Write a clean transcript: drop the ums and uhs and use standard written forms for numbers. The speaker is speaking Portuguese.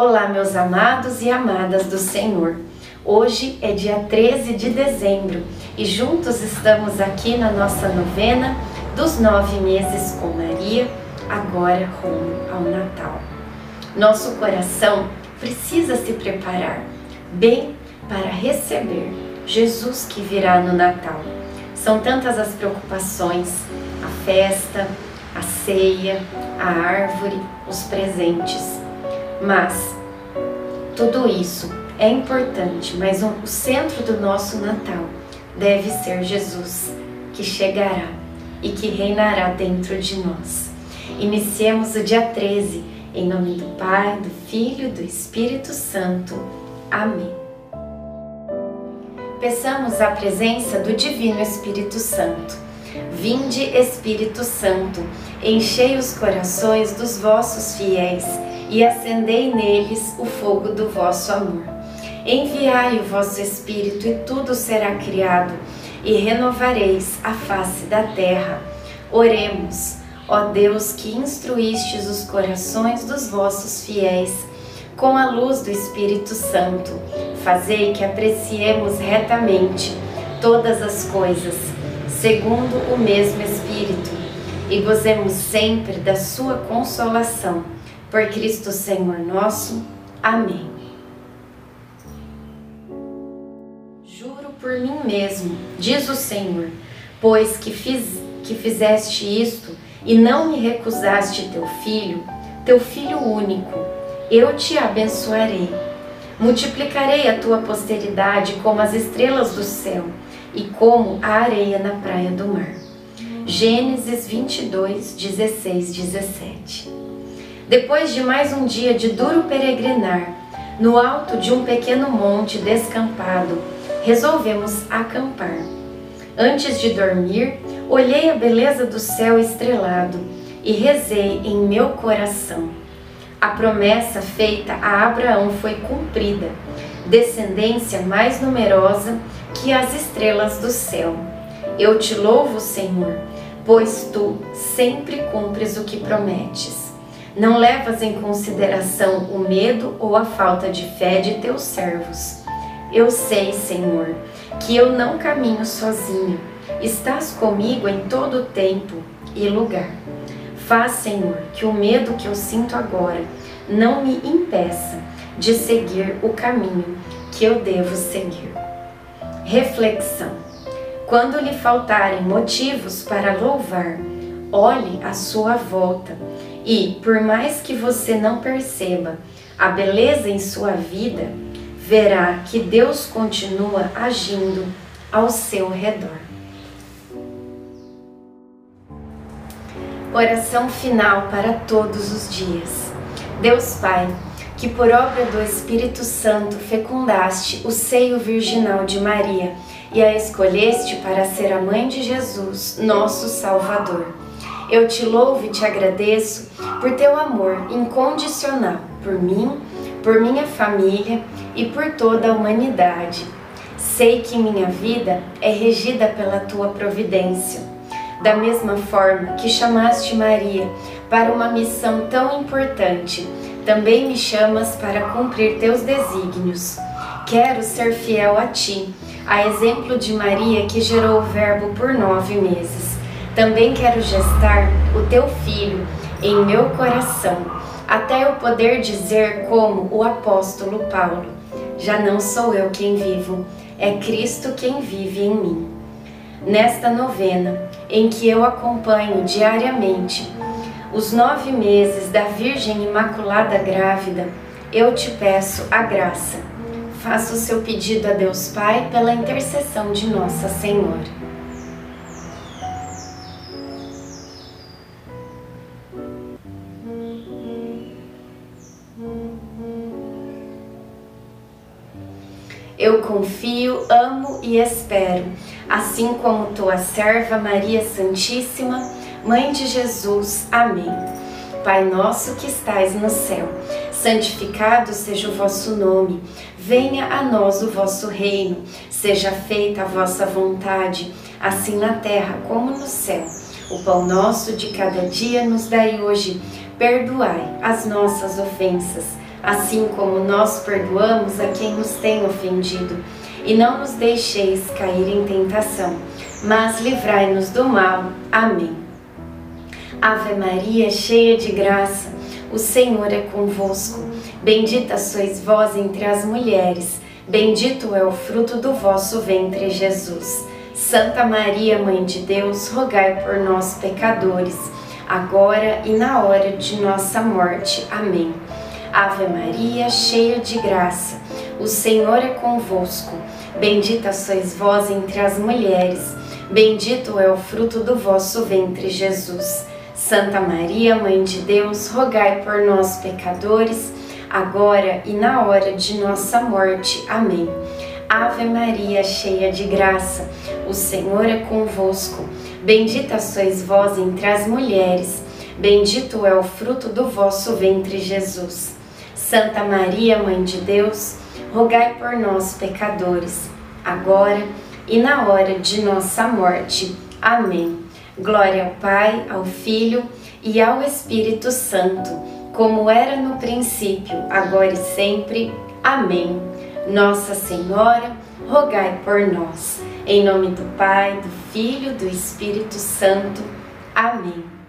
Olá, meus amados e amadas do Senhor. Hoje é dia 13 de dezembro e juntos estamos aqui na nossa novena dos 9 meses com Maria, agora rumo ao Natal. Nosso coração precisa se preparar bem para receber Jesus que virá no Natal. São tantas as preocupações, a festa, a ceia, a árvore, os presentes. Mas tudo isso é importante, mas o centro do nosso Natal deve ser Jesus, que chegará e que reinará dentro de nós. Iniciemos o dia 13, em nome do Pai, do Filho e do Espírito Santo. Amém. Peçamos a presença do Divino Espírito Santo. Vinde, Espírito Santo, enchei os corações dos vossos fiéis e acendei neles o fogo do vosso amor. Enviai o vosso Espírito e tudo será criado, e renovareis a face da terra. Oremos, ó Deus, que instruístes os corações dos vossos fiéis com a luz do Espírito Santo. Fazei que apreciemos retamente todas as coisas, segundo o mesmo Espírito, e gozemos sempre da sua consolação. Por Cristo Senhor nosso. Amém. Juro por mim mesmo, diz o Senhor, pois que fizeste isto e não me recusaste teu filho único, eu te abençoarei. Multiplicarei a tua posteridade como as estrelas do céu e como a areia na praia do mar. Gênesis 22, 16, 17. Depois de mais um dia de duro peregrinar, no alto de um pequeno monte descampado, resolvemos acampar. Antes de dormir, olhei a beleza do céu estrelado e rezei em meu coração. A promessa feita a Abraão foi cumprida, descendência mais numerosa que as estrelas do céu. Eu te louvo, Senhor, pois tu sempre cumpres o que prometes. Não levas em consideração o medo ou a falta de fé de teus servos. Eu sei, Senhor, que eu não caminho sozinha. Estás comigo em todo o tempo e lugar. Faz, Senhor, que o medo que eu sinto agora não me impeça de seguir o caminho que eu devo seguir. Reflexão. Quando lhe faltarem motivos para louvar, olhe à sua volta e, por mais que você não perceba a beleza em sua vida, verá que Deus continua agindo ao seu redor. Oração final para todos os dias. Deus Pai, que por obra do Espírito Santo fecundaste o seio virginal de Maria e a escolheste para ser a mãe de Jesus, nosso Salvador. Eu te louvo e te agradeço por teu amor incondicional por mim, por minha família e por toda a humanidade. Sei que minha vida é regida pela tua providência. Da mesma forma que chamaste Maria para uma missão tão importante, também me chamas para cumprir teus desígnios. Quero ser fiel a ti, a exemplo de Maria que gerou o Verbo por 9 meses. Também quero gestar o teu Filho em meu coração, até eu poder dizer como o apóstolo Paulo: já não sou eu quem vivo, é Cristo quem vive em mim. Nesta novena, em que eu acompanho diariamente os 9 meses da Virgem Imaculada Grávida, eu te peço a graça. Faça o seu pedido a Deus Pai pela intercessão de Nossa Senhora. Eu confio, amo e espero, assim como tua serva Maria Santíssima, Mãe de Jesus. Amém. Pai nosso que estais no céu, santificado seja o vosso nome. Venha a nós o vosso reino. Seja feita a vossa vontade, assim na terra como no céu. O pão nosso de cada dia nos dai hoje. Perdoai as nossas ofensas, assim como nós perdoamos a quem nos tem ofendido. E não nos deixeis cair em tentação, mas livrai-nos do mal. Amém. Ave Maria, cheia de graça, o Senhor é convosco. Bendita sois vós entre as mulheres, bendito é o fruto do vosso ventre, Jesus. Santa Maria, Mãe de Deus, rogai por nós, pecadores, agora e na hora de nossa morte. Amém. Ave Maria, cheia de graça, o Senhor é convosco. Bendita sois vós entre as mulheres, bendito é o fruto do vosso ventre, Jesus. Santa Maria, Mãe de Deus, rogai por nós, pecadores, agora e na hora de nossa morte. Amém. Ave Maria, cheia de graça, o Senhor é convosco. Bendita sois vós entre as mulheres, bendito é o fruto do vosso ventre, Jesus. Santa Maria, Mãe de Deus, rogai por nós, pecadores, agora e na hora de nossa morte. Amém. Glória ao Pai, ao Filho e ao Espírito Santo, como era no princípio, agora e sempre. Amém. Nossa Senhora, rogai por nós. Em nome do Pai, do Filho e do Espírito Santo. Amém.